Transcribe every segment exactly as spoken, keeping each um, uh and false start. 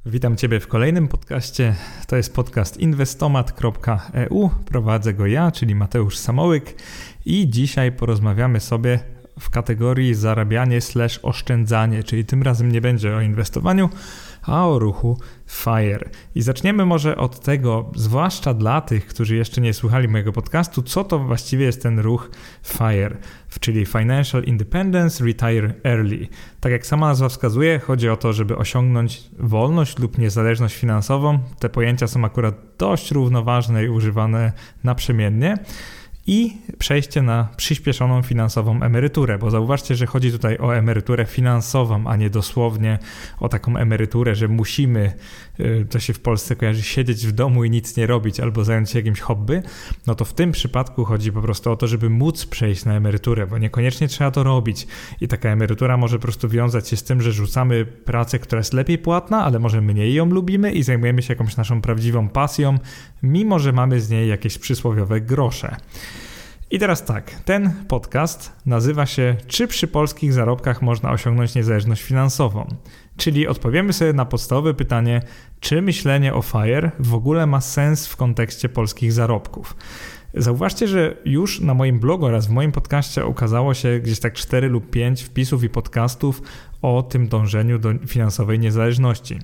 Witam Ciebie w kolejnym podcaście. To jest podcast inwestomat kropka e u. Prowadzę go ja, czyli Mateusz Samołyk i dzisiaj porozmawiamy sobie w kategorii zarabianie slash oszczędzanie, czyli tym razem nie będzie o inwestowaniu, a o ruchu FIRE. I zaczniemy może od tego, zwłaszcza dla tych, którzy jeszcze nie słuchali mojego podcastu, co to właściwie jest ten ruch FIRE, czyli Financial Independence Retire Early. Tak jak sama nazwa wskazuje, chodzi o to, żeby osiągnąć wolność lub niezależność finansową. Te pojęcia są akurat dość równoważne i używane naprzemiennie. I przejście na przyspieszoną finansową emeryturę, bo zauważcie, że chodzi tutaj o emeryturę finansową, a nie dosłownie o taką emeryturę, że musimy, to się w Polsce kojarzy, siedzieć w domu i nic nie robić albo zająć się jakimś hobby. No to w tym przypadku chodzi po prostu o to, żeby móc przejść na emeryturę, bo niekoniecznie trzeba to robić i taka emerytura może po prostu wiązać się z tym, że rzucamy pracę, która jest lepiej płatna, ale może mniej ją lubimy i zajmujemy się jakąś naszą prawdziwą pasją, mimo że mamy z niej jakieś przysłowiowe grosze. I teraz tak, ten podcast nazywa się Czy przy polskich zarobkach można osiągnąć niezależność finansową? Czyli odpowiemy sobie na podstawowe pytanie, czy myślenie o FIRE w ogóle ma sens w kontekście polskich zarobków. Zauważcie, że już na moim blogu oraz w moim podcaście ukazało się gdzieś tak cztery lub pięć wpisów i podcastów o tym dążeniu do finansowej niezależności.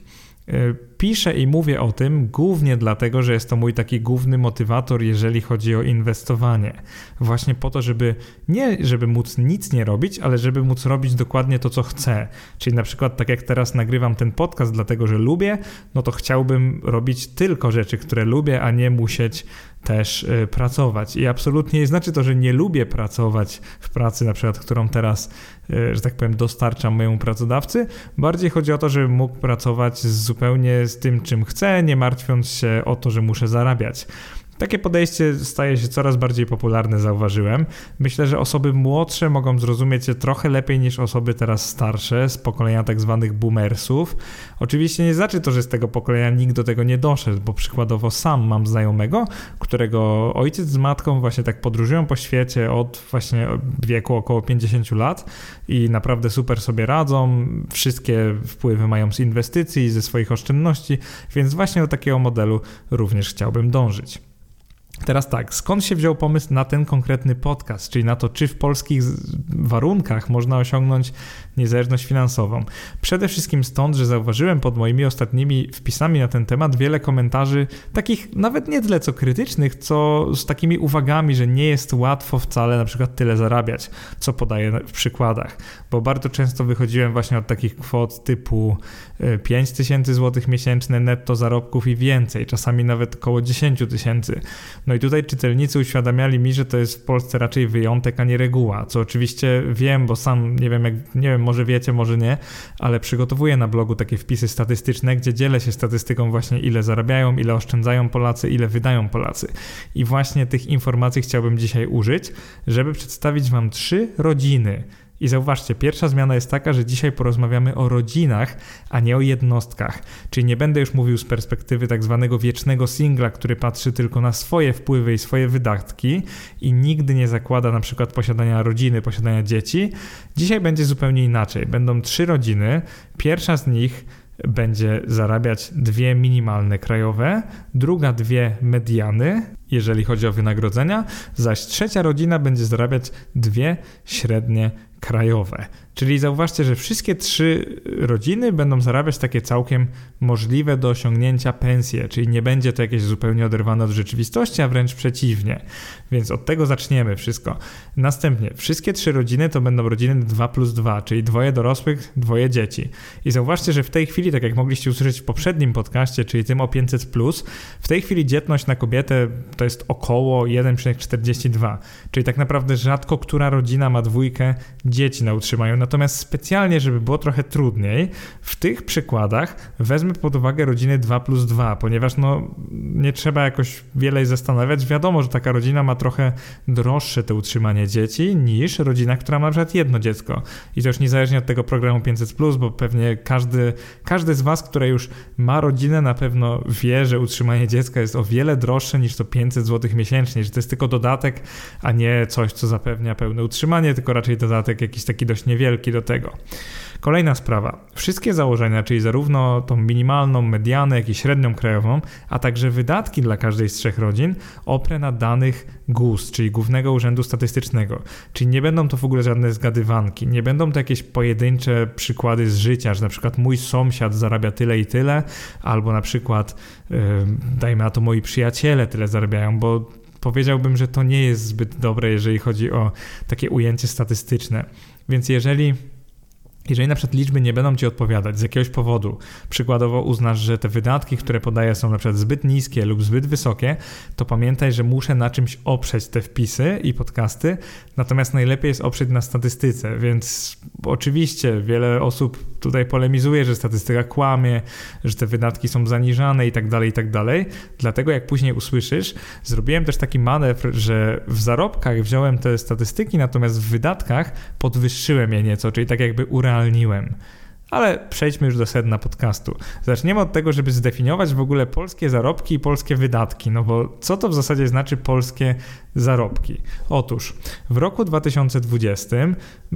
Piszę i mówię o tym głównie dlatego, że jest to mój taki główny motywator, jeżeli chodzi o inwestowanie. Właśnie po to, żeby nie żeby móc nic nie robić, ale żeby móc robić dokładnie to, co chcę. Czyli na przykład tak jak teraz nagrywam ten podcast dlatego, że lubię, no to chciałbym robić tylko rzeczy, które lubię, a nie musieć też y, pracować. I absolutnie nie znaczy to, że nie lubię pracować w pracy, na przykład, którą teraz, y, że tak powiem, dostarczam mojemu pracodawcy. Bardziej chodzi o to, żebym mógł pracować zupełnie z tym, czym chcę, nie martwiąc się o to, że muszę zarabiać. Takie podejście staje się coraz bardziej popularne, zauważyłem. Myślę, że osoby młodsze mogą zrozumieć je trochę lepiej niż osoby teraz starsze, z pokolenia tak zwanych boomersów. Oczywiście nie znaczy to, że z tego pokolenia nikt do tego nie doszedł, bo przykładowo sam mam znajomego, którego ojciec z matką właśnie tak podróżują po świecie od właśnie wieku około pięćdziesięciu lat i naprawdę super sobie radzą. Wszystkie wpływy mają z inwestycji, ze swoich oszczędności, więc właśnie do takiego modelu również chciałbym dążyć. Teraz tak, skąd się wziął pomysł na ten konkretny podcast, czyli na to, czy w polskich warunkach można osiągnąć niezależność finansową? Przede wszystkim stąd, że zauważyłem pod moimi ostatnimi wpisami na ten temat wiele komentarzy, takich nawet nie tyle co krytycznych, co z takimi uwagami, że nie jest łatwo wcale na przykład tyle zarabiać, co podaję w przykładach, bo bardzo często wychodziłem właśnie od takich kwot typu pięć tysięcy złotych miesięczne netto zarobków i więcej, czasami nawet około dziesięć tysięcy. No i tutaj czytelnicy uświadamiali mi, że to jest w Polsce raczej wyjątek, a nie reguła, co oczywiście wiem, bo sam nie wiem, jak, nie wiem, może wiecie, może nie, ale przygotowuję na blogu takie wpisy statystyczne, gdzie dzielę się statystyką właśnie ile zarabiają, ile oszczędzają Polacy, ile wydają Polacy. I właśnie tych informacji chciałbym dzisiaj użyć, żeby przedstawić Wam trzy rodziny. I zauważcie, pierwsza zmiana jest taka, że dzisiaj porozmawiamy o rodzinach, a nie o jednostkach. Czyli nie będę już mówił z perspektywy tak zwanego wiecznego singla, który patrzy tylko na swoje wpływy i swoje wydatki i nigdy nie zakłada na przykład posiadania rodziny, posiadania dzieci. Dzisiaj będzie zupełnie inaczej. Będą trzy rodziny. Pierwsza z nich będzie zarabiać dwie minimalne krajowe, druga dwie mediany, jeżeli chodzi o wynagrodzenia, zaś trzecia rodzina będzie zarabiać dwie średnie krajowe. Czyli zauważcie, że wszystkie trzy rodziny będą zarabiać takie całkiem możliwe do osiągnięcia pensje, czyli nie będzie to jakieś zupełnie oderwane od rzeczywistości, a wręcz przeciwnie. Więc od tego zaczniemy wszystko. Następnie wszystkie trzy rodziny to będą rodziny dwa plus dwa, czyli dwoje dorosłych, dwoje dzieci. I zauważcie, że w tej chwili, tak jak mogliście usłyszeć w poprzednim podcaście, czyli tym o pięćset plus, w tej chwili dzietność na kobietę to jest około jeden przecinek czterdzieści dwa, czyli tak naprawdę rzadko która rodzina ma dwójkę dzieci na utrzymaniu. Natomiast specjalnie, żeby było trochę trudniej, w tych przykładach wezmę pod uwagę rodziny dwa plus dwa, ponieważ no nie trzeba jakoś wiele zastanawiać. Wiadomo, że taka rodzina ma trochę droższe to utrzymanie dzieci niż rodzina, która ma na przykład jedno dziecko. I to już niezależnie od tego programu pięćset plus, bo pewnie każdy, każdy z Was, który już ma rodzinę, na pewno wie, że utrzymanie dziecka jest o wiele droższe niż to pięćset złotych miesięcznie, że to jest tylko dodatek, a nie coś, co zapewnia pełne utrzymanie, tylko raczej dodatek majątek jakiś taki dość niewielki do tego. Kolejna sprawa. Wszystkie założenia, czyli zarówno tą minimalną, medianę, jak i średnią krajową, a także wydatki dla każdej z trzech rodzin oprę na danych G U S, czyli Głównego Urzędu Statystycznego. Czyli nie będą to w ogóle żadne zgadywanki, nie będą to jakieś pojedyncze przykłady z życia, że na przykład mój sąsiad zarabia tyle i tyle, albo na przykład, yy, dajmy na to, moi przyjaciele tyle zarabiają, bo powiedziałbym, że to nie jest zbyt dobre, jeżeli chodzi o takie ujęcie statystyczne. Więc jeżeli Jeżeli na przykład liczby nie będą Ci odpowiadać z jakiegoś powodu, przykładowo uznasz, że te wydatki, które podaję, są na przykład zbyt niskie lub zbyt wysokie, to pamiętaj, że muszę na czymś oprzeć te wpisy i podcasty, natomiast najlepiej jest oprzeć na statystyce, więc oczywiście wiele osób tutaj polemizuje, że statystyka kłamie, że te wydatki są zaniżane i tak dalej, i tak dalej. Dlatego jak później usłyszysz, zrobiłem też taki manewr, że w zarobkach wziąłem te statystyki, natomiast w wydatkach podwyższyłem je nieco, czyli tak jakby urealniłem. Ale przejdźmy już do sedna podcastu. Zaczniemy od tego, żeby zdefiniować w ogóle polskie zarobki i polskie wydatki, no bo co to w zasadzie znaczy polskie zarobki? Otóż w roku dwa tysiące dwudziestym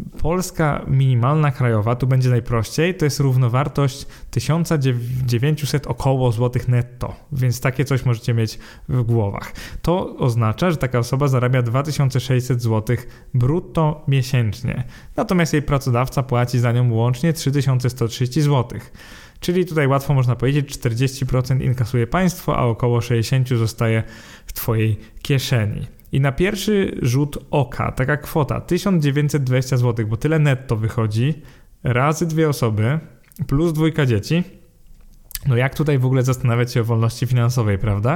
polska minimalna krajowa, tu będzie najprościej, to jest równowartość tysiąc dziewięćset około złotych netto, więc takie coś możecie mieć w głowach. To oznacza, że taka osoba zarabia dwa tysiące sześćset złotych brutto miesięcznie, natomiast jej pracodawca płaci za nią łącznie trzy tysiące sto trzydzieści złotych. Czyli tutaj łatwo można powiedzieć, czterdzieści procent inkasuje państwo, a około sześćdziesiąt procent zostaje w Twojej kieszeni. I na pierwszy rzut oka taka kwota tysiąc dziewięćset dwadzieścia złotych, bo tyle netto wychodzi, razy dwie osoby, plus dwójka dzieci. No jak tutaj w ogóle zastanawiać się o wolności finansowej, prawda?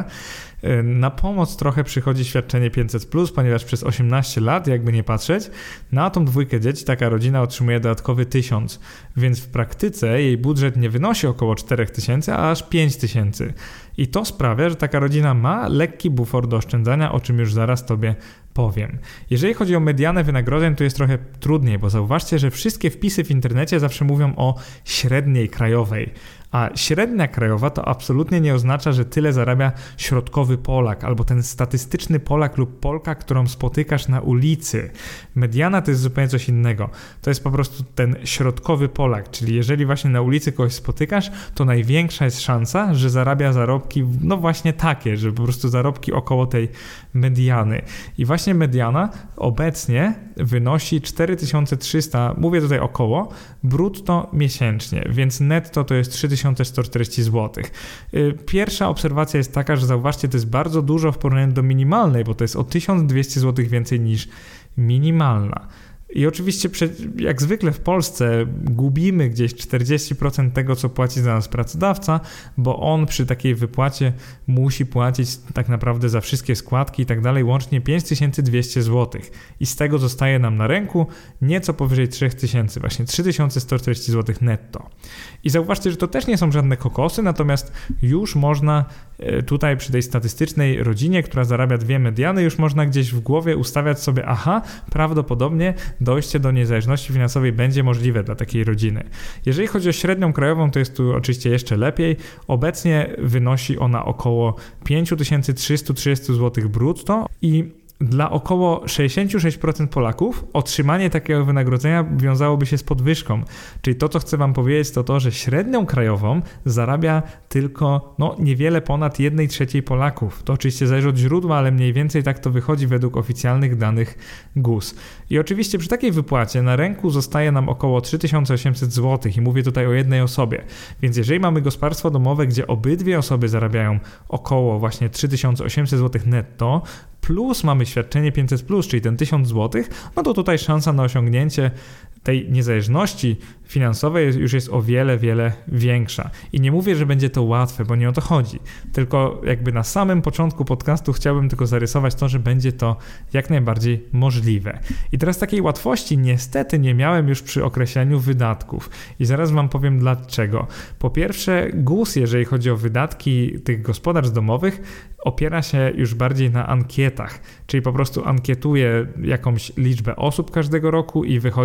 Na pomoc trochę przychodzi świadczenie pięćset plus, ponieważ przez osiemnaście lat, jakby nie patrzeć, na tą dwójkę dzieci taka rodzina otrzymuje dodatkowy tysiąc, więc w praktyce jej budżet nie wynosi około cztery tysiące, a aż pięć tysięcy. I to sprawia, że taka rodzina ma lekki bufor do oszczędzania, o czym już zaraz Tobie powiem. Jeżeli chodzi o medianę wynagrodzeń, to jest trochę trudniej, bo zauważcie, że wszystkie wpisy w internecie zawsze mówią o średniej krajowej, a średnia krajowa to absolutnie nie oznacza, że tyle zarabia środkowy Polak albo ten statystyczny Polak lub Polka, którą spotykasz na ulicy. Mediana to jest zupełnie coś innego. To jest po prostu ten środkowy Polak, czyli jeżeli właśnie na ulicy kogoś spotykasz, to największa jest szansa, że zarabia zarobki, no właśnie takie, że po prostu zarobki około tej mediany. I właśnie mediana obecnie wynosi cztery tysiące trzysta, mówię tutaj około, brutto miesięcznie, więc netto to jest trzy tysiące sto czterdzieści złotych. Pierwsza obserwacja jest taka, że zauważcie, to jest bardzo dużo w porównaniu do minimalnej, bo to jest o tysiąc dwieście złotych więcej niż minimalna. I oczywiście jak zwykle w Polsce gubimy gdzieś czterdzieści procent tego, co płaci za nas pracodawca, bo on przy takiej wypłacie musi płacić tak naprawdę za wszystkie składki i tak dalej łącznie pięć tysięcy dwieście złotych. I z tego zostaje nam na ręku nieco powyżej trzy tysiące, właśnie trzy tysiące sto czterdzieści złotych netto. I zauważcie, że to też nie są żadne kokosy, natomiast już można tutaj przy tej statystycznej rodzinie, która zarabia dwie mediany, już można gdzieś w głowie ustawiać sobie, aha, prawdopodobnie dojście do niezależności finansowej będzie możliwe dla takiej rodziny. Jeżeli chodzi o średnią krajową, to jest tu oczywiście jeszcze lepiej. Obecnie wynosi ona około pięć tysięcy trzysta trzydzieści złotych brutto i dla około sześćdziesiąt sześć procent Polaków otrzymanie takiego wynagrodzenia wiązałoby się z podwyżką. Czyli to, co chcę Wam powiedzieć, to to, że średnią krajową zarabia tylko no, niewiele ponad jednej trzeciej Polaków. To oczywiście zależy od źródła, ale mniej więcej tak to wychodzi według oficjalnych danych G U S. I oczywiście przy takiej wypłacie na ręku zostaje nam około trzy tysiące osiemset złotych i mówię tutaj o jednej osobie. Więc jeżeli mamy gospodarstwo domowe, gdzie obydwie osoby zarabiają około właśnie trzy tysiące osiemset złotych netto, plus mamy świadczenie pięćset plus, czyli ten tysiąc złotych, no to tutaj szansa na osiągnięcie tej niezależności finansowej już jest o wiele, wiele większa. I nie mówię, że będzie to łatwe, bo nie o to chodzi. Tylko jakby na samym początku podcastu chciałbym tylko zarysować to, że będzie to jak najbardziej możliwe. I teraz takiej łatwości niestety nie miałem już przy określeniu wydatków. I zaraz Wam powiem dlaczego. Po pierwsze, G U S, jeżeli chodzi o wydatki tych gospodarstw domowych, opiera się już bardziej na ankietach, czyli po prostu ankietuje jakąś liczbę osób każdego roku i wychodzi taki koszt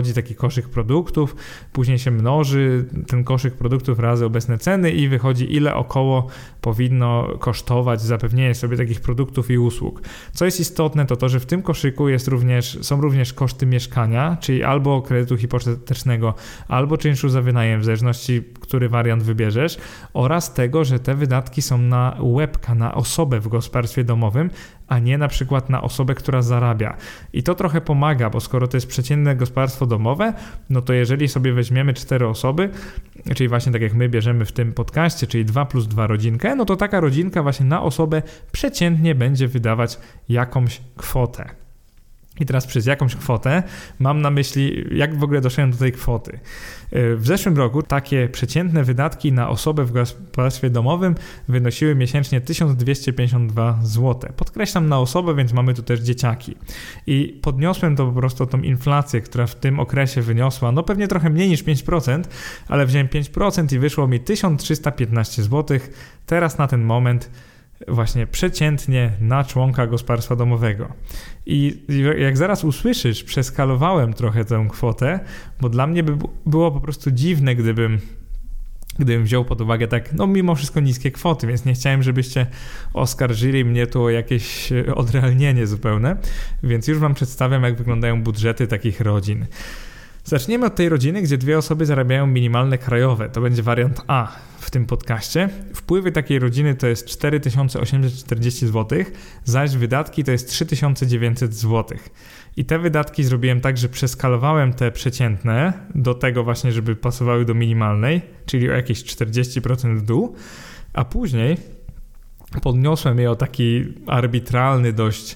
koszyk produktów, później się mnoży ten koszyk produktów razy obecne ceny i wychodzi, ile około powinno kosztować zapewnienie sobie takich produktów i usług. Co jest istotne, to to, że w tym koszyku jest również, są również koszty mieszkania, czyli albo kredytu hipotecznego, albo czynszu za wynajem, w zależności, który wariant wybierzesz, oraz tego, że te wydatki są na łebka, na osobę w gospodarstwie domowym, a nie na przykład na osobę, która zarabia. I to trochę pomaga, bo skoro to jest przeciętne gospodarstwo domowe, no to jeżeli sobie weźmiemy cztery osoby, czyli właśnie tak jak my bierzemy w tym podcaście, czyli dwa plus dwa rodzinkę, no to taka rodzinka właśnie na osobę przeciętnie będzie wydawać jakąś kwotę. I teraz przez jakąś kwotę mam na myśli, jak w ogóle doszedłem do tej kwoty. W zeszłym roku takie przeciętne wydatki na osobę w gospodarstwie domowym wynosiły miesięcznie tysiąc dwieście pięćdziesiąt dwa złote. Podkreślam na osobę, więc mamy tu też dzieciaki. I podniosłem to po prostu tą inflację, która w tym okresie wyniosła, no pewnie trochę mniej niż pięć procent, ale wziąłem pięć procent i wyszło mi tysiąc trzysta piętnaście złotych. Teraz na ten moment właśnie przeciętnie na członka gospodarstwa domowego. I jak zaraz usłyszysz, przeskalowałem trochę tę kwotę, bo dla mnie by było po prostu dziwne, gdybym gdybym wziął pod uwagę tak, no mimo wszystko niskie kwoty, więc nie chciałem, żebyście oskarżyli mnie tu o jakieś odrealnienie zupełne, więc już wam przedstawiam, jak wyglądają budżety takich rodzin. Zaczniemy od tej rodziny, gdzie dwie osoby zarabiają minimalne krajowe. To będzie wariant A w tym podcaście. Wpływy takiej rodziny to jest cztery tysiące osiemset czterdzieści złotych, zaś wydatki to jest trzy tysiące dziewięćset złotych. I te wydatki zrobiłem tak, że przeskalowałem te przeciętne do tego właśnie, żeby pasowały do minimalnej, czyli o jakieś czterdzieści procent w dół, a później podniosłem je o taki arbitralny dość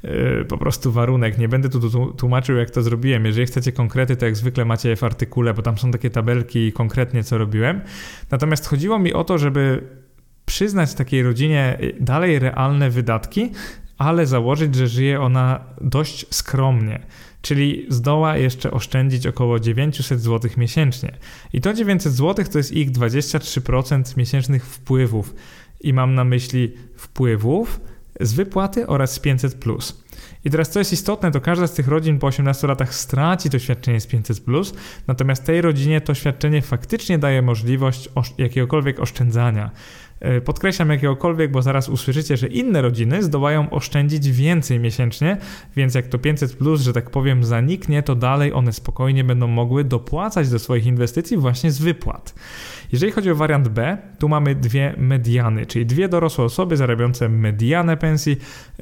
po prostu warunek. Nie będę tu tłumaczył, jak to zrobiłem. Jeżeli chcecie konkrety, to jak zwykle macie je w artykule, bo tam są takie tabelki i konkretnie co robiłem. Natomiast chodziło mi o to, żeby przyznać takiej rodzinie dalej realne wydatki, ale założyć, że żyje ona dość skromnie. Czyli zdoła jeszcze oszczędzić około dziewięćset złotych miesięcznie. I to dziewięćset złotych to jest ich dwadzieścia trzy procent miesięcznych wpływów. I mam na myśli wpływów z wypłaty oraz z pięćset plus. I teraz co jest istotne, to każda z tych rodzin po osiemnastu latach straci to świadczenie z pięćset plus, natomiast tej rodzinie to świadczenie faktycznie daje możliwość osz- jakiegokolwiek oszczędzania. Podkreślam jakiegokolwiek, bo zaraz usłyszycie, że inne rodziny zdołają oszczędzić więcej miesięcznie, więc jak to pięćset plus, że tak powiem, zaniknie, to dalej one spokojnie będą mogły dopłacać do swoich inwestycji właśnie z wypłat. Jeżeli chodzi o wariant B, tu mamy dwie mediany, czyli dwie dorosłe osoby zarabiające medianę pensji.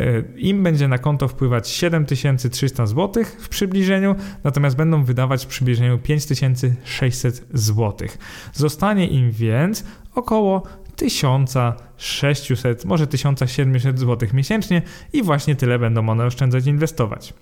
Im będzie na konto wpływać siedem tysięcy trzysta złotych w przybliżeniu, natomiast będą wydawać w przybliżeniu pięć tysięcy sześćset złotych. Zostanie im więc około tysiąc sześćset, może tysiąc siedemset złotych miesięcznie i właśnie tyle będą one oszczędzać i inwestować.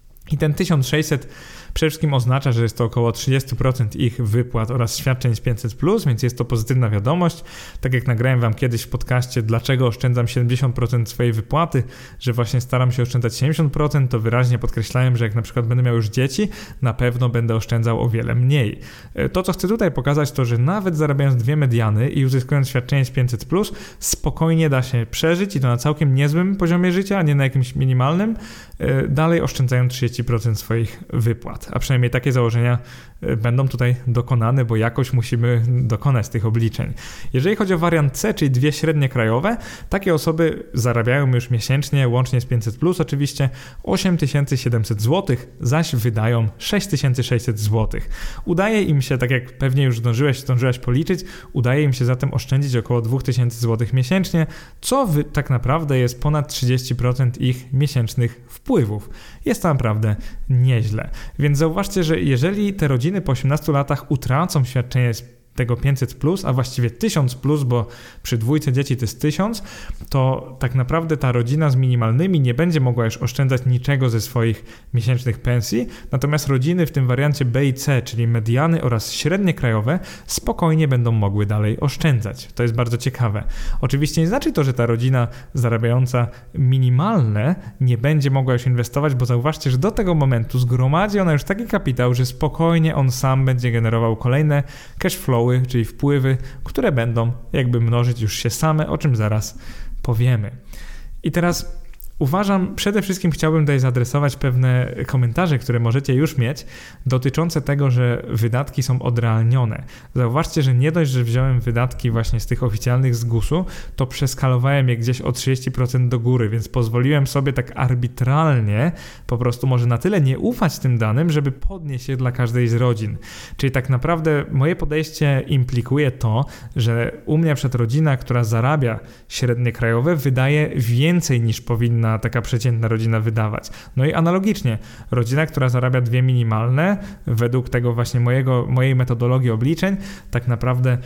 I ten tysiąc sześćset przede wszystkim oznacza, że jest to około trzydzieści procent ich wypłat oraz świadczeń z pięćset plus, więc jest to pozytywna wiadomość. Tak jak nagrałem wam kiedyś w podcaście, dlaczego oszczędzam siedemdziesiąt procent swojej wypłaty, że właśnie staram się oszczędzać siedemdziesiąt procent, to wyraźnie podkreślałem, że jak na przykład będę miał już dzieci, na pewno będę oszczędzał o wiele mniej. To, co chcę tutaj pokazać, to, że nawet zarabiając dwie mediany i uzyskując świadczenie z pięćset plus, spokojnie da się przeżyć i to na całkiem niezłym poziomie życia, a nie na jakimś minimalnym, dalej oszczędzając trzydzieści procent swoich wypłat. A przynajmniej takie założenia będą tutaj dokonane, bo jakoś musimy dokonać tych obliczeń. Jeżeli chodzi o wariant C, czyli dwie średnie krajowe, takie osoby zarabiają już miesięcznie, łącznie z pięćset plus oczywiście, osiem tysięcy siedemset złotych, zaś wydają sześć tysięcy sześćset złotych. Udaje im się, tak jak pewnie już zdążyłeś, zdążyłaś policzyć, udaje im się zatem oszczędzić około dwa tysiące złotych miesięcznie, co wy, tak naprawdę jest ponad trzydzieści procent ich miesięcznych wpływów. Jest to naprawdę nieźle. Więc zauważcie, że jeżeli te rodziny po osiemnastu latach utracą świadczenie z tego pięćset plus, a właściwie tysiąc plus, bo przy dwójce dzieci to jest tysiąc, to tak naprawdę ta rodzina z minimalnymi nie będzie mogła już oszczędzać niczego ze swoich miesięcznych pensji, natomiast rodziny w tym wariancie B i C, czyli mediany oraz średnie krajowe, spokojnie będą mogły dalej oszczędzać. To jest bardzo ciekawe. Oczywiście nie znaczy to, że ta rodzina zarabiająca minimalne nie będzie mogła już inwestować, bo zauważcie, że do tego momentu zgromadzi ona już taki kapitał, że spokojnie on sam będzie generował kolejne cash flow, czyli wpływy, które będą jakby mnożyć już się same, o czym zaraz powiemy. I teraz Uważam, przede wszystkim chciałbym tutaj zaadresować pewne komentarze, które możecie już mieć, dotyczące tego, że wydatki są odrealnione. Zauważcie, że nie dość, że wziąłem wydatki właśnie z tych oficjalnych z gusu, to przeskalowałem je gdzieś o trzydzieści procent do góry, więc pozwoliłem sobie tak arbitralnie po prostu może na tyle nie ufać tym danym, żeby podnieść je dla każdej z rodzin. Czyli tak naprawdę moje podejście implikuje to, że u mnie przed rodzina, która zarabia średnie krajowe, wydaje więcej niż powinna taka przeciętna rodzina wydawać. No i analogicznie, rodzina, która zarabia dwie minimalne, według tego właśnie mojego, mojej metodologii obliczeń, tak naprawdę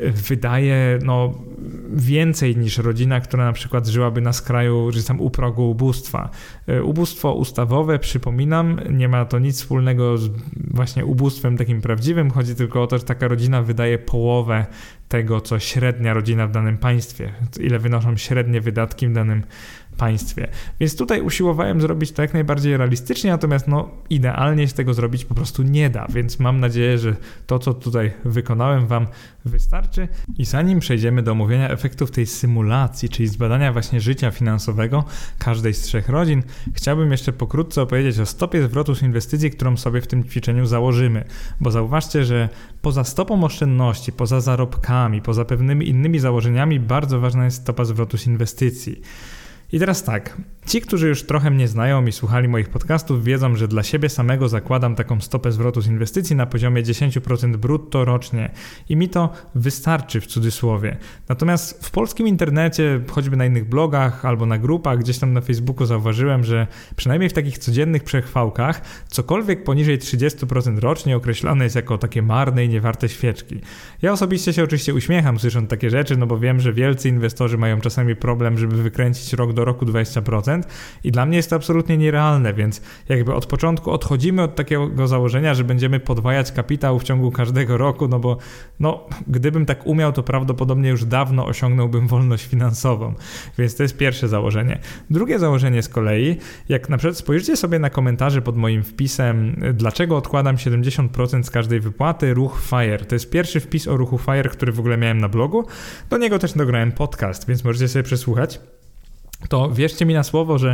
wydaje no, więcej niż rodzina, która na przykład żyłaby na skraju, że tam u progu ubóstwa. Ubóstwo ustawowe, przypominam, nie ma to nic wspólnego z właśnie ubóstwem takim prawdziwym, chodzi tylko o to, że taka rodzina wydaje połowę tego, co średnia rodzina w danym państwie, ile wynoszą średnie wydatki w danym państwie. Więc tutaj usiłowałem zrobić to jak najbardziej realistycznie, natomiast no idealnie się tego zrobić po prostu nie da, więc mam nadzieję, że to, co tutaj wykonałem, Wam wystarczy. I zanim przejdziemy do omówienia efektów tej symulacji, czyli zbadania właśnie życia finansowego każdej z trzech rodzin, chciałbym jeszcze pokrótce opowiedzieć o stopie zwrotu z inwestycji, którą sobie w tym ćwiczeniu założymy, bo zauważcie, że poza stopą oszczędności, poza zarobkami, poza pewnymi innymi założeniami bardzo ważna jest stopa zwrotu z inwestycji. I teraz tak, ci, którzy już trochę mnie znają i słuchali moich podcastów, wiedzą, że dla siebie samego zakładam taką stopę zwrotu z inwestycji na poziomie dziesięć procent brutto rocznie i mi to wystarczy w cudzysłowie. Natomiast w polskim internecie, choćby na innych blogach albo na grupach, gdzieś tam na Facebooku zauważyłem, że przynajmniej w takich codziennych przechwałkach cokolwiek poniżej trzydzieści procent rocznie określane jest jako takie marne i niewarte świeczki. Ja osobiście się oczywiście uśmiecham słysząc takie rzeczy, no bo wiem, że wielcy inwestorzy mają czasami problem, żeby wykręcić rok do roku dwadzieścia procent i dla mnie jest to absolutnie nierealne, więc jakby od początku odchodzimy od takiego założenia, że będziemy podwajać kapitał w ciągu każdego roku, no bo no, gdybym tak umiał, to prawdopodobnie już dawno osiągnąłbym wolność finansową, więc to jest pierwsze założenie. Drugie założenie z kolei, jak na przykład spojrzycie sobie na komentarze pod moim wpisem, dlaczego odkładam siedemdziesiąt procent z każdej wypłaty, ruch FIRE. To jest pierwszy wpis o ruchu FIRE, który w ogóle miałem na blogu. Do niego też dograłem podcast, więc możecie sobie przesłuchać. To wierzcie mi na słowo, że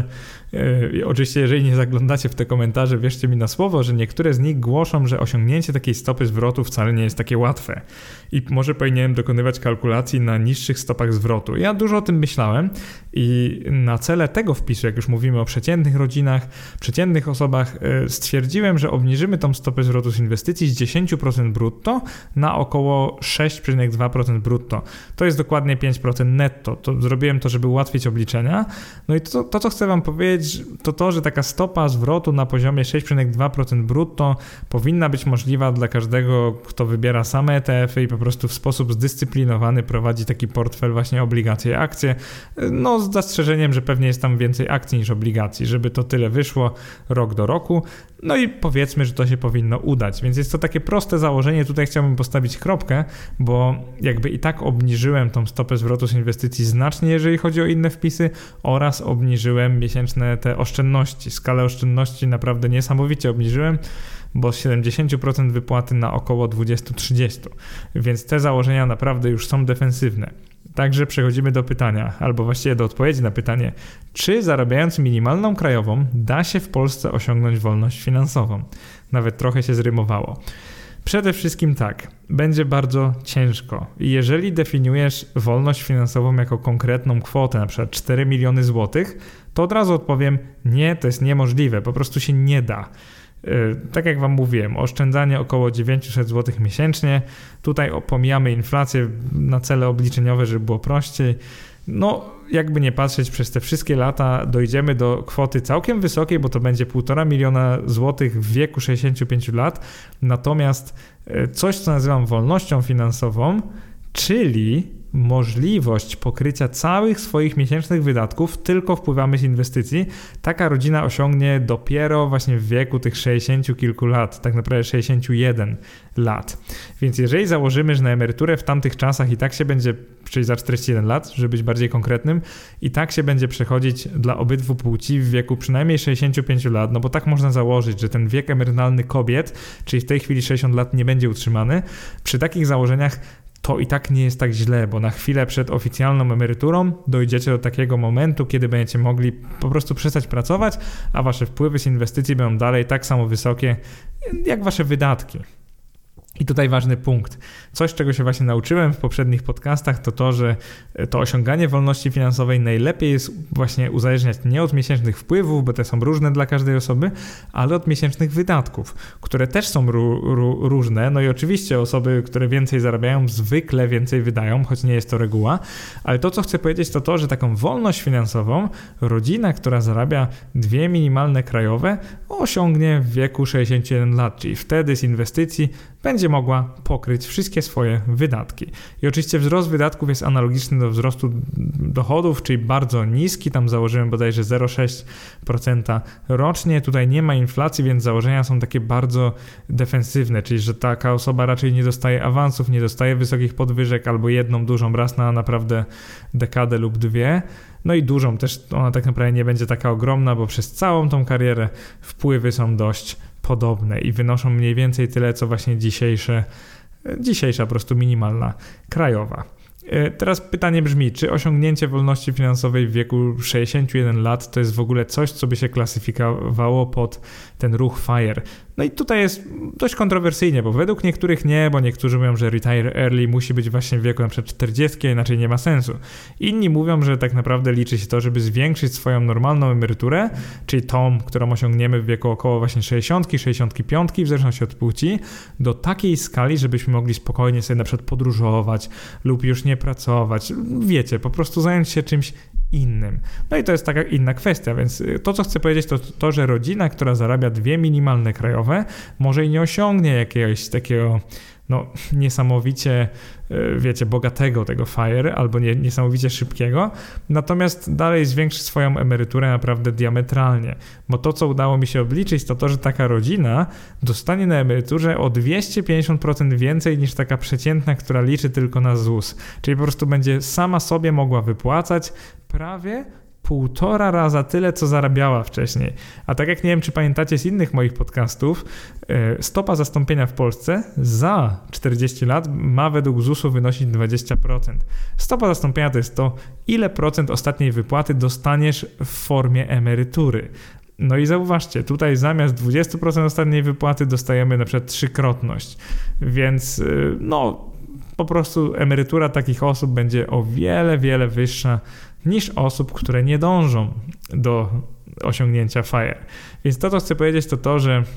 yy, oczywiście jeżeli nie zaglądacie w te komentarze, wierzcie mi na słowo, że niektóre z nich głoszą, że osiągnięcie takiej stopy zwrotu wcale nie jest takie łatwe i może powinienem dokonywać kalkulacji na niższych stopach zwrotu. Ja dużo o tym myślałem i na cele tego wpisu, jak już mówimy o przeciętnych rodzinach, przeciętnych osobach, yy, stwierdziłem, że obniżymy tą stopę zwrotu z inwestycji z dziesięć procent brutto na około sześć przecinek dwa procent brutto. To jest dokładnie pięć procent netto. To zrobiłem to, żeby ułatwić obliczenia. No i to, to, co chcę Wam powiedzieć, to to, że taka stopa zwrotu na poziomie sześć przecinek dwa procent brutto powinna być możliwa dla każdego, kto wybiera same E T F y i po prostu w sposób zdyscyplinowany prowadzi taki portfel właśnie obligacje i akcje, no z zastrzeżeniem, że pewnie jest tam więcej akcji niż obligacji, żeby to tyle wyszło rok do roku. No i powiedzmy, że to się powinno udać, więc jest to takie proste założenie, tutaj chciałbym postawić kropkę, bo jakby i tak obniżyłem tą stopę zwrotu z inwestycji znacznie, jeżeli chodzi o inne wpisy oraz obniżyłem miesięczne te oszczędności, skalę oszczędności naprawdę niesamowicie obniżyłem, bo z siedemdziesiąt procent wypłaty na około dwadzieścia do trzydziestu, więc te założenia naprawdę już są defensywne. Także przechodzimy do pytania, albo właściwie do odpowiedzi na pytanie, czy zarabiając minimalną krajową da się w Polsce osiągnąć wolność finansową? Nawet trochę się zrymowało. Przede wszystkim tak, będzie bardzo ciężko. I jeżeli definiujesz wolność finansową jako konkretną kwotę, na przykład cztery miliony złotych, to od razu odpowiem, nie, to jest niemożliwe, po prostu się nie da. Tak jak Wam mówiłem, oszczędzanie około dziewięćset złotych miesięcznie, tutaj pomijamy inflację na cele obliczeniowe, żeby było prościej. No, jakby nie patrzeć, przez te wszystkie lata dojdziemy do kwoty całkiem wysokiej, bo to będzie półtora miliona złotych w wieku sześćdziesięciu pięciu lat. Natomiast coś, co nazywam wolnością finansową, czyli możliwość pokrycia całych swoich miesięcznych wydatków tylko wpływami z inwestycji, taka rodzina osiągnie dopiero właśnie w wieku tych sześćdziesięciu kilku lat, tak naprawdę sześćdziesięciu jeden lat. Więc jeżeli założymy, że na emeryturę w tamtych czasach i tak się będzie, czyli za czterdzieści jeden lat, żeby być bardziej konkretnym, i tak się będzie przechodzić dla obydwu płci w wieku przynajmniej sześćdziesięciu pięciu lat, no bo tak można założyć, że ten wiek emerytalny kobiet, czyli w tej chwili sześćdziesiąt lat, nie będzie utrzymany. Przy takich założeniach to i tak nie jest tak źle, bo na chwilę przed oficjalną emeryturą dojdziecie do takiego momentu, kiedy będziecie mogli po prostu przestać pracować, a wasze wpływy z inwestycji będą dalej tak samo wysokie jak wasze wydatki. I tutaj ważny punkt. Coś, czego się właśnie nauczyłem w poprzednich podcastach, to to, że to osiąganie wolności finansowej najlepiej jest właśnie uzależniać nie od miesięcznych wpływów, bo te są różne dla każdej osoby, ale od miesięcznych wydatków, które też są ró- ró- różne. No i oczywiście osoby, które więcej zarabiają, zwykle więcej wydają, choć nie jest to reguła, ale to, co chcę powiedzieć, to to, że taką wolność finansową rodzina, która zarabia dwie minimalne krajowe, osiągnie w wieku sześćdziesięciu jeden lat, czyli wtedy z inwestycji będzie mogła pokryć wszystkie swoje wydatki. I oczywiście wzrost wydatków jest analogiczny do wzrostu dochodów, czyli bardzo niski, tam założyłem bodajże zero przecinek sześć procent rocznie. Tutaj nie ma inflacji, więc założenia są takie bardzo defensywne, czyli że taka osoba raczej nie dostaje awansów, nie dostaje wysokich podwyżek albo jedną dużą raz na naprawdę dekadę lub dwie. No i dużą też ona tak naprawdę nie będzie taka ogromna, bo przez całą tą karierę wpływy są dość podobne i wynoszą mniej więcej tyle, co właśnie dzisiejsze, dzisiejsza po prostu minimalna krajowa. Teraz pytanie brzmi, czy osiągnięcie wolności finansowej w wieku sześćdziesięciu jeden lat to jest w ogóle coś, co by się klasyfikowało pod ten ruch FIRE? No i tutaj jest dość kontrowersyjnie, bo według niektórych nie, bo niektórzy mówią, że retire early musi być właśnie w wieku na przykład czterdziestki, inaczej nie ma sensu. Inni mówią, że tak naprawdę liczy się to, żeby zwiększyć swoją normalną emeryturę, czyli tą, którą osiągniemy w wieku około właśnie sześćdziesiątki, sześćdziesiątki piątki, w zależności od płci, do takiej skali, żebyśmy mogli spokojnie sobie na przykład podróżować lub już nie pracować. Wiecie, po prostu zająć się czymś innym. No i to jest taka inna kwestia, więc to, co chcę powiedzieć, to to, że rodzina, która zarabia dwie minimalne krajowe, może i nie osiągnie jakiegoś takiego no niesamowicie, wiecie, bogatego tego FIRE albo nie, niesamowicie szybkiego, natomiast dalej zwiększy swoją emeryturę naprawdę diametralnie, bo to, co udało mi się obliczyć, to to, że taka rodzina dostanie na emeryturze o dwieście pięćdziesiąt procent więcej niż taka przeciętna, która liczy tylko na ZUS, czyli po prostu będzie sama sobie mogła wypłacać prawie półtora raza tyle, co zarabiała wcześniej. A tak jak nie wiem, czy pamiętacie z innych moich podcastów, stopa zastąpienia w Polsce za czterdzieści lat ma według zusu wynosić dwadzieścia procent. Stopa zastąpienia to jest to, ile procent ostatniej wypłaty dostaniesz w formie emerytury. No i zauważcie, tutaj zamiast dwadzieścia procent ostatniej wypłaty dostajemy na przykład trzykrotność, więc no po prostu emerytura takich osób będzie o wiele, wiele wyższa niż osób, które nie dążą do osiągnięcia FIRE. Więc to, co chcę powiedzieć, to to, że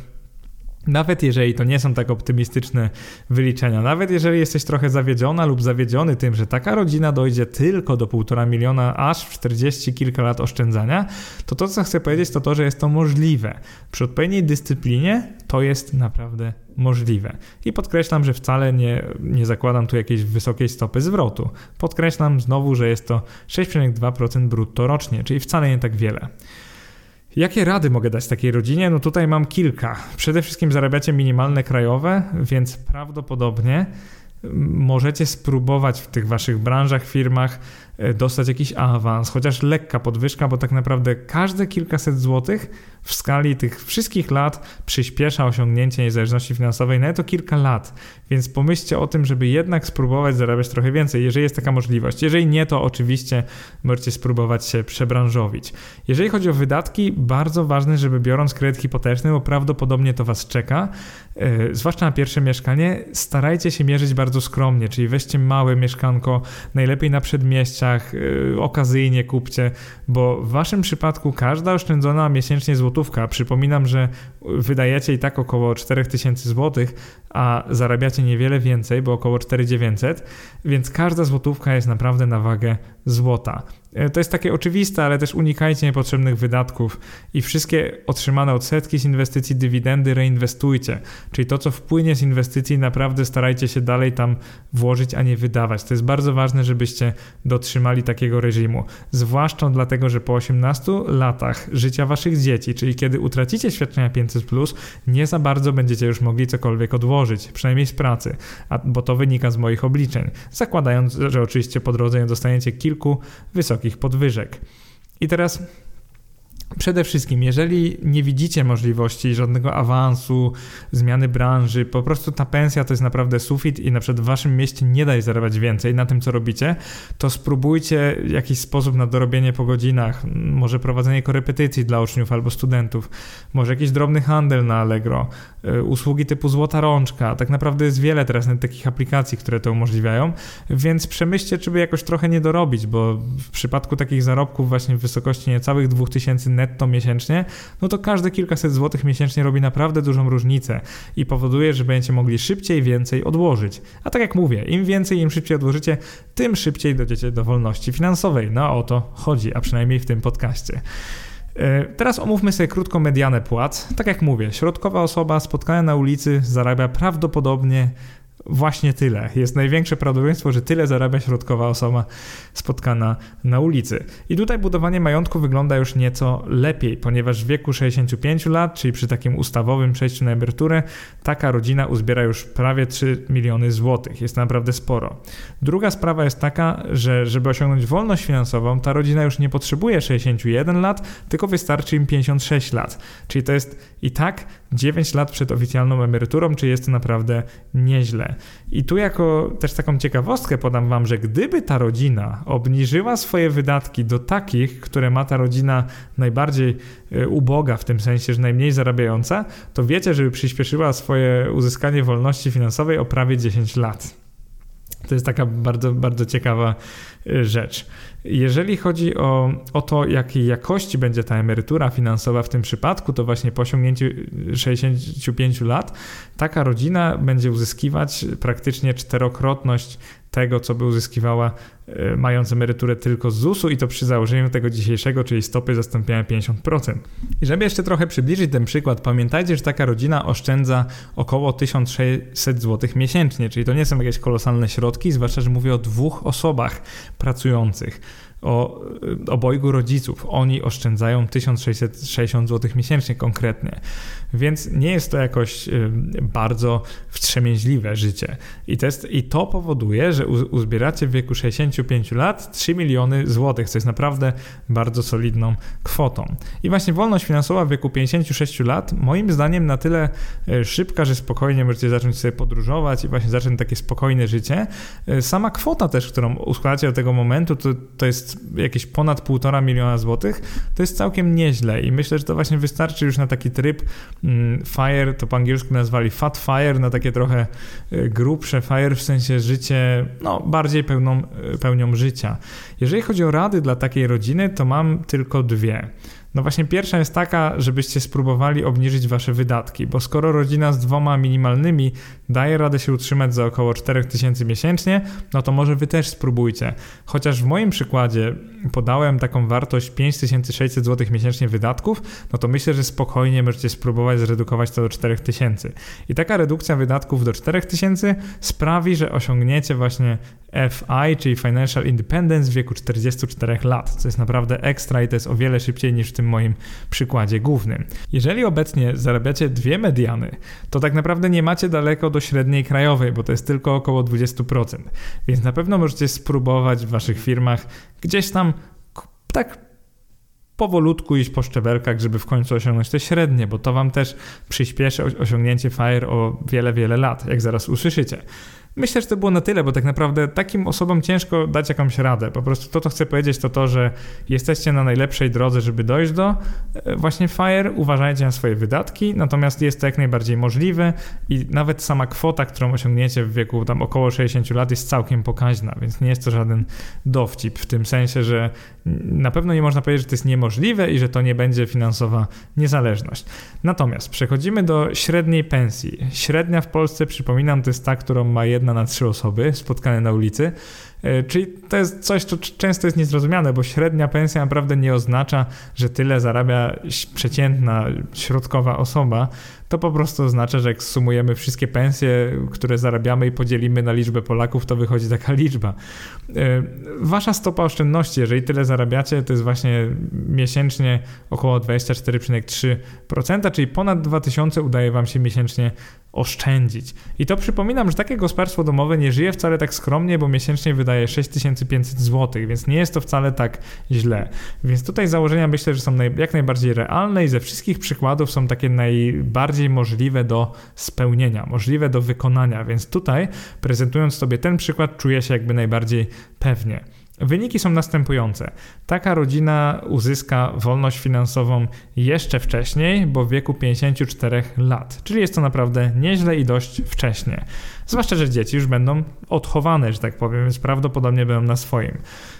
nawet jeżeli to nie są tak optymistyczne wyliczenia, nawet jeżeli jesteś trochę zawiedziona lub zawiedziony tym, że taka rodzina dojdzie tylko do półtora miliona aż w czterdzieści kilka lat oszczędzania, to to, co chcę powiedzieć, to to, że jest to możliwe. Przy odpowiedniej dyscyplinie to jest naprawdę możliwe. I podkreślam, że wcale nie, nie zakładam tu jakiejś wysokiej stopy zwrotu. Podkreślam znowu, że jest to sześć przecinek dwa procent brutto rocznie, czyli wcale nie tak wiele. Jakie rady mogę dać takiej rodzinie? No tutaj mam kilka. Przede wszystkim zarabiacie minimalne krajowe, więc prawdopodobnie możecie spróbować w tych waszych branżach, firmach dostać jakiś awans, chociaż lekka podwyżka, bo tak naprawdę każde kilkaset złotych w skali tych wszystkich lat przyspiesza osiągnięcie niezależności finansowej nawet o kilka lat, więc pomyślcie o tym, żeby jednak spróbować zarabiać trochę więcej, jeżeli jest taka możliwość. Jeżeli nie, to oczywiście możecie spróbować się przebranżowić. Jeżeli chodzi o wydatki, bardzo ważne, żeby biorąc kredyt hipoteczny, bo prawdopodobnie to was czeka, yy, zwłaszcza na pierwsze mieszkanie, starajcie się mierzyć bardzo skromnie, czyli weźcie małe mieszkanko, najlepiej na przedmieściach, yy, okazyjnie kupcie, bo w waszym przypadku każda oszczędzona miesięcznie złotówka, przypominam, że wydajecie i tak około cztery tysiące złotych, a zarabiacie niewiele więcej, bo około cztery tysiące dziewięćset, więc każda złotówka jest naprawdę na wagę złota. To jest takie oczywiste, ale też unikajcie niepotrzebnych wydatków i wszystkie otrzymane odsetki z inwestycji, dywidendy reinwestujcie. Czyli to, co wpłynie z inwestycji, naprawdę starajcie się dalej tam włożyć, a nie wydawać. To jest bardzo ważne, żebyście dotrzymali takiego reżimu. Zwłaszcza dlatego, że po osiemnastu latach życia waszych dzieci, czyli kiedy utracicie świadczenia pięćset plus, nie za bardzo będziecie już mogli cokolwiek odłożyć, przynajmniej z pracy, a, bo to wynika z moich obliczeń. Zakładając, że oczywiście po drodze nie dostaniecie kilku wysokich podwyżek. I teraz Przede wszystkim, jeżeli nie widzicie możliwości żadnego awansu, zmiany branży, po prostu ta pensja to jest naprawdę sufit i na przykład w waszym mieście nie da się zarabiać więcej na tym, co robicie, to spróbujcie jakiś sposób na dorobienie po godzinach, może prowadzenie korepetycji dla uczniów albo studentów, może jakiś drobny handel na Allegro, usługi typu złota rączka. Tak naprawdę jest wiele teraz takich aplikacji, które to umożliwiają, więc przemyślcie, czy by jakoś trochę nie dorobić, bo w przypadku takich zarobków właśnie w wysokości niecałych dwa tysiące netto miesięcznie, no to każde kilkaset złotych miesięcznie robi naprawdę dużą różnicę i powoduje, że będziecie mogli szybciej więcej odłożyć. A tak jak mówię, im więcej, im szybciej odłożycie, tym szybciej dojdziecie do wolności finansowej. No o to chodzi, a przynajmniej w tym podcaście. Teraz omówmy sobie krótko medianę płac. Tak jak mówię, środkowa osoba spotkana na ulicy zarabia prawdopodobnie właśnie tyle. Jest największe prawdopodobieństwo, że tyle zarabia środkowa osoba spotkana na ulicy. I tutaj budowanie majątku wygląda już nieco lepiej, ponieważ w wieku sześćdziesięciu pięciu lat, czyli przy takim ustawowym przejściu na emeryturę, taka rodzina uzbiera już prawie trzy miliony złotych. Jest to naprawdę sporo. Druga sprawa jest taka, że żeby osiągnąć wolność finansową, ta rodzina już nie potrzebuje sześćdziesięciu jeden lat, tylko wystarczy im pięćdziesiąt sześć lat. Czyli to jest i tak dziewięć lat przed oficjalną emeryturą, czyli jest to naprawdę nieźle. I tu jako też taką ciekawostkę podam wam, że gdyby ta rodzina obniżyła swoje wydatki do takich, które ma ta rodzina najbardziej uboga, w tym sensie, że najmniej zarabiająca, to wiecie, żeby przyspieszyła swoje uzyskanie wolności finansowej o prawie dziesięć lat. To jest taka bardzo, bardzo ciekawa rzecz. Jeżeli chodzi o, o to, jakiej jakości będzie ta emerytura finansowa w tym przypadku, to właśnie po osiągnięciu sześćdziesięciu pięciu lat taka rodzina będzie uzyskiwać praktycznie czterokrotność tego, co by uzyskiwała y, mając emeryturę tylko z ZUS-u i to przy założeniu tego dzisiejszego, czyli stopy zastąpienia pięćdziesiąt procent. I żeby jeszcze trochę przybliżyć ten przykład, pamiętajcie, że taka rodzina oszczędza około tysiąc sześćset złotych miesięcznie, czyli to nie są jakieś kolosalne środki, zwłaszcza, że mówię o dwóch osobach pracujących. O obojgu rodziców. Oni oszczędzają tysiąc sześćset sześćdziesiąt złotych miesięcznie konkretnie. Więc nie jest to jakoś y, bardzo wstrzemięźliwe życie. I to, jest, i to powoduje, że u, uzbieracie w wieku sześćdziesięciu pięciu lat trzy miliony złotych, co jest naprawdę bardzo solidną kwotą. I właśnie wolność finansowa w wieku pięćdziesięciu sześciu lat moim zdaniem na tyle y, szybka, że spokojnie możecie zacząć sobie podróżować i właśnie zacząć takie spokojne życie. Y, sama kwota też, którą uskładacie do tego momentu, to, to jest jakieś ponad półtora miliona złotych, to jest całkiem nieźle i myślę, że to właśnie wystarczy już na taki tryb mm, FIRE, to po angielsku nazwali Fat FIRE, na takie trochę grubsze FIRE, w sensie życie, no bardziej pełną, pełnią życia. Jeżeli chodzi o rady dla takiej rodziny, to mam tylko dwie. No właśnie pierwsza jest taka, żebyście spróbowali obniżyć wasze wydatki, bo skoro rodzina z dwoma minimalnymi daje radę się utrzymać za około cztery tysiące miesięcznie, no to może wy też spróbujcie. Chociaż w moim przykładzie podałem taką wartość pięć tysięcy sześćset złotych miesięcznie wydatków, no to myślę, że spokojnie możecie spróbować zredukować to do czterech tysięcy. I taka redukcja wydatków do czterech tysięcy sprawi, że osiągniecie właśnie F I, czyli Financial Independence w wieku czterdziestu czterech lat, co jest naprawdę ekstra i to jest o wiele szybciej niż w tym moim przykładzie głównym. Jeżeli obecnie zarabiacie dwie mediany, to tak naprawdę nie macie daleko do średniej krajowej, bo to jest tylko około dwadzieścia procent. Więc na pewno możecie spróbować w waszych firmach gdzieś tam tak powolutku iść po szczebelkach, żeby w końcu osiągnąć te średnie, bo to wam też przyspieszy osiągnięcie FIRE o wiele, wiele lat, jak zaraz usłyszycie. Myślę, że to było na tyle, bo tak naprawdę takim osobom ciężko dać jakąś radę. Po prostu to, co chcę powiedzieć, to to, że jesteście na najlepszej drodze, żeby dojść do właśnie FIRE. Uważajcie na swoje wydatki, natomiast jest to jak najbardziej możliwe i nawet sama kwota, którą osiągniecie w wieku tam około sześćdziesięciu lat jest całkiem pokaźna, więc nie jest to żaden dowcip w tym sensie, że na pewno nie można powiedzieć, że to jest niemożliwe i że to nie będzie finansowa niezależność. Natomiast przechodzimy do średniej pensji. Średnia w Polsce, przypominam, to jest ta, którą ma jedna na trzy osoby spotkane na ulicy. Czyli to jest coś, co często jest niezrozumiane, bo średnia pensja naprawdę nie oznacza, że tyle zarabia przeciętna, środkowa osoba. To po prostu oznacza, że jak sumujemy wszystkie pensje, które zarabiamy i podzielimy na liczbę Polaków, to wychodzi taka liczba. Wasza stopa oszczędności, jeżeli tyle zarabiacie, to jest właśnie miesięcznie około dwadzieścia cztery przecinek trzy procent, czyli ponad dwa tysiące udaje wam się miesięcznie oszczędzić. I to przypominam, że takie gospodarstwo domowe nie żyje wcale tak skromnie, bo miesięcznie wydaje wydaje sześć tysięcy pięćset złotych, więc nie jest to wcale tak źle. Więc tutaj założenia myślę, że są naj, jak najbardziej realne i ze wszystkich przykładów są takie najbardziej możliwe do spełnienia, możliwe do wykonania, więc tutaj prezentując sobie ten przykład czuję się jakby najbardziej pewnie. Wyniki są następujące. Taka rodzina uzyska wolność finansową jeszcze wcześniej, bo w wieku pięćdziesięciu czterech lat. Czyli jest to naprawdę nieźle i dość wcześnie. Zwłaszcza, że dzieci już będą odchowane, że tak powiem, więc prawdopodobnie będą na swoim.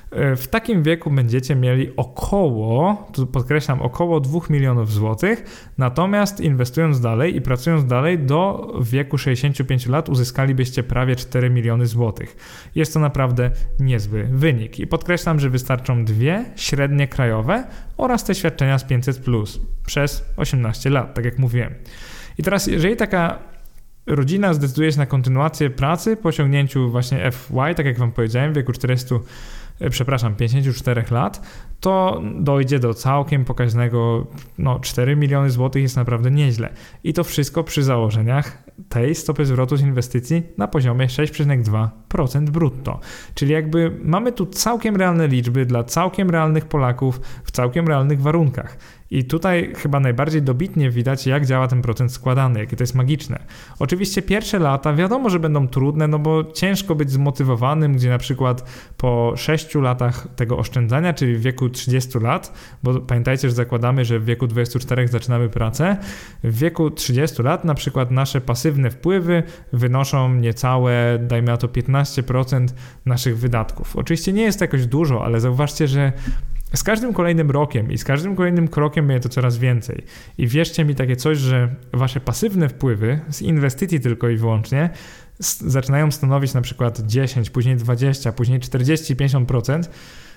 W takim wieku będziecie mieli około, tu podkreślam, około dwóch milionów złotych, natomiast inwestując dalej i pracując dalej do wieku sześćdziesięciu pięciu lat uzyskalibyście prawie cztery miliony złotych. Jest to naprawdę niezły wynik i podkreślam, że wystarczą dwie średnie krajowe oraz te świadczenia z pięćset plus przez osiemnaście lat, tak jak mówiłem. I teraz jeżeli taka rodzina zdecyduje się na kontynuację pracy po osiągnięciu właśnie F Y, tak jak wam powiedziałem, w wieku czterystu przepraszam, pięćdziesięciu czterech lat, to dojdzie do całkiem pokaźnego, no cztery miliony złotych jest naprawdę nieźle. I to wszystko przy założeniach tej stopy zwrotu z inwestycji na poziomie sześć przecinek dwa procent brutto. Czyli jakby mamy tu całkiem realne liczby dla całkiem realnych Polaków w całkiem realnych warunkach. I tutaj chyba najbardziej dobitnie widać, jak działa ten procent składany, jakie to jest magiczne. Oczywiście pierwsze lata wiadomo, że będą trudne, no bo ciężko być zmotywowanym, gdzie na przykład po sześciu latach tego oszczędzania, czyli w wieku trzydziestu lat, bo pamiętajcie, że zakładamy, że w wieku dwudziestu czterech zaczynamy pracę, w wieku trzydziestu lat na przykład nasze pasywne wpływy wynoszą niecałe, dajmy na to piętnaście procent naszych wydatków. Oczywiście nie jest to jakoś dużo, ale zauważcie, że z każdym kolejnym rokiem i z każdym kolejnym krokiem będzie to coraz więcej. I wierzcie mi takie coś, że wasze pasywne wpływy z inwestycji tylko i wyłącznie zaczynają stanowić na przykład dziesięć, później dwadzieścia, później czterdzieści, pięćdziesiąt procent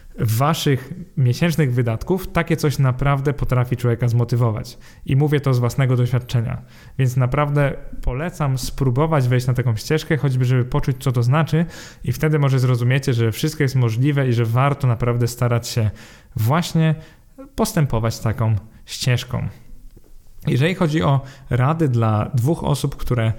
waszych miesięcznych wydatków. Takie coś naprawdę potrafi człowieka zmotywować. I mówię to z własnego doświadczenia. Więc naprawdę polecam spróbować wejść na taką ścieżkę, choćby żeby poczuć, co to znaczy i wtedy może zrozumiecie, że wszystko jest możliwe i że warto naprawdę starać się właśnie postępować taką ścieżką. Jeżeli chodzi o rady dla dwóch osób, które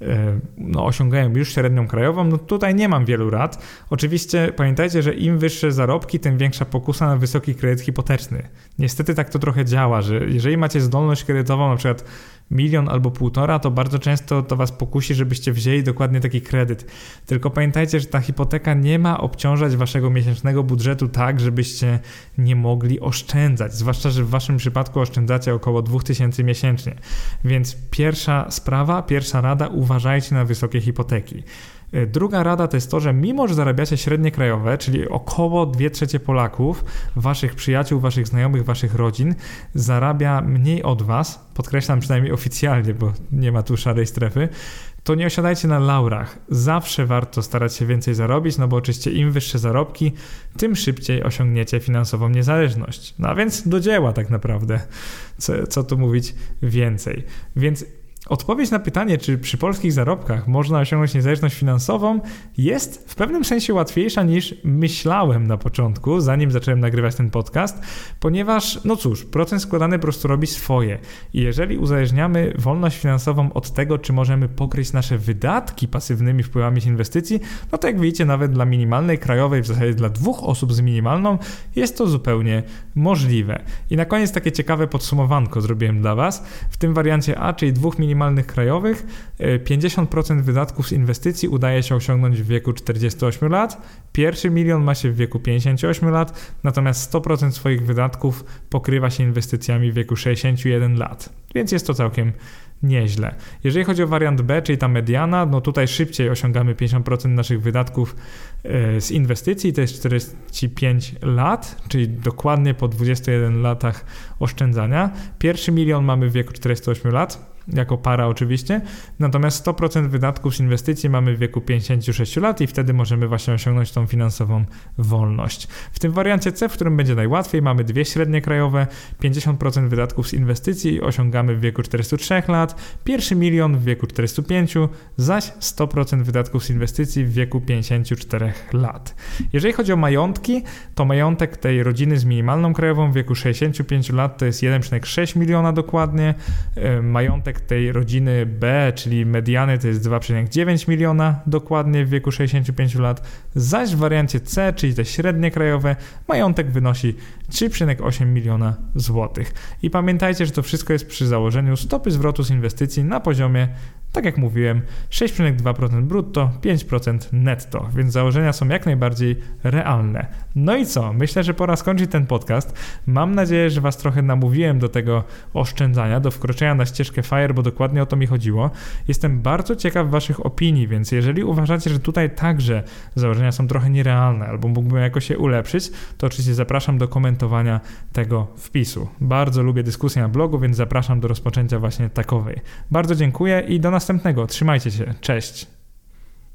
no, osiągają już średnią krajową, no tutaj nie mam wielu rad. Oczywiście pamiętajcie, że im wyższe zarobki, tym większa pokusa na wysoki kredyt hipoteczny. Niestety tak to trochę działa, że jeżeli macie zdolność kredytową na przykład milion albo półtora, to bardzo często to was pokusi, żebyście wzięli dokładnie taki kredyt. Tylko pamiętajcie, że ta hipoteka nie ma obciążać waszego miesięcznego budżetu tak, żebyście nie mogli oszczędzać. Zwłaszcza, że w waszym przypadku oszczędzacie około dwa tysiące miesięcznie. Więc pierwsza sprawa, pierwsza rada, uważajcie na wysokie hipoteki. Druga rada to jest to, że mimo, że zarabiacie średnie krajowe, czyli około dwie trzecie Polaków, waszych przyjaciół, waszych znajomych, waszych rodzin, zarabia mniej od was, podkreślam przynajmniej oficjalnie, bo nie ma tu szarej strefy, to nie osiadajcie na laurach. Zawsze warto starać się więcej zarobić, no bo oczywiście im wyższe zarobki, tym szybciej osiągniecie finansową niezależność. No a więc do dzieła tak naprawdę, co, co tu mówić więcej. Więc odpowiedź na pytanie, czy przy polskich zarobkach można osiągnąć niezależność finansową, jest w pewnym sensie łatwiejsza niż myślałem na początku, zanim zacząłem nagrywać ten podcast, ponieważ, no cóż, procent składany po prostu robi swoje. I jeżeli uzależniamy wolność finansową od tego, czy możemy pokryć nasze wydatki pasywnymi wpływami z inwestycji, no to jak widzicie, nawet dla minimalnej krajowej, w zasadzie dla dwóch osób z minimalną, jest to zupełnie możliwe. I na koniec takie ciekawe podsumowanko zrobiłem dla was. W tym wariancie A, czyli dwóch minimalnych minimalnych krajowych, pięćdziesiąt procent wydatków z inwestycji udaje się osiągnąć w wieku czterdziestu ośmiu lat, pierwszy milion ma się w wieku pięćdziesięciu ośmiu lat, natomiast sto procent swoich wydatków pokrywa się inwestycjami w wieku sześćdziesięciu jeden lat, więc jest to całkiem nieźle. Jeżeli chodzi o wariant B, czyli ta mediana, no tutaj szybciej osiągamy pięćdziesiąt procent naszych wydatków z inwestycji, to jest czterdzieści pięć lat, czyli dokładnie po dwudziestu jeden latach oszczędzania. Pierwszy milion mamy w wieku czterdziestu ośmiu lat, jako para oczywiście, natomiast sto procent wydatków z inwestycji mamy w wieku pięćdziesięciu sześciu lat i wtedy możemy właśnie osiągnąć tą finansową wolność. W tym wariancie C, w którym będzie najłatwiej, mamy dwie średnie krajowe, pięćdziesiąt procent wydatków z inwestycji osiągamy w wieku czterdziestu trzech lat, pierwszy milion w wieku czterdziestu pięciu, zaś sto procent wydatków z inwestycji w wieku pięćdziesięciu czterech lat. Jeżeli chodzi o majątki, to majątek tej rodziny z minimalną krajową w wieku sześćdziesięciu pięciu lat to jest jeden przecinek sześć miliona dokładnie, majątek efekt tej rodziny B, czyli mediany, to jest dwa przecinek dziewięć miliona dokładnie w wieku sześćdziesięciu pięciu lat, zaś w wariancie C, czyli te średnie krajowe, majątek wynosi trzy przecinek osiem miliona złotych. I pamiętajcie, że to wszystko jest przy założeniu stopy zwrotu z inwestycji na poziomie, tak jak mówiłem, sześć przecinek dwa procent brutto, pięć procent netto, więc założenia są jak najbardziej realne. No i co? Myślę, że pora skończyć ten podcast. Mam nadzieję, że Was trochę namówiłem do tego oszczędzania, do wkroczenia na ścieżkę FIRE, bo dokładnie o to mi chodziło. Jestem bardzo ciekaw Waszych opinii, więc jeżeli uważacie, że tutaj także założenia są trochę nierealne albo mógłbym jakoś je ulepszyć, to oczywiście zapraszam do komentowania tego wpisu. Bardzo lubię dyskusję na blogu, więc zapraszam do rozpoczęcia właśnie takowej. Bardzo dziękuję i do następnego. Trzymajcie się. Cześć.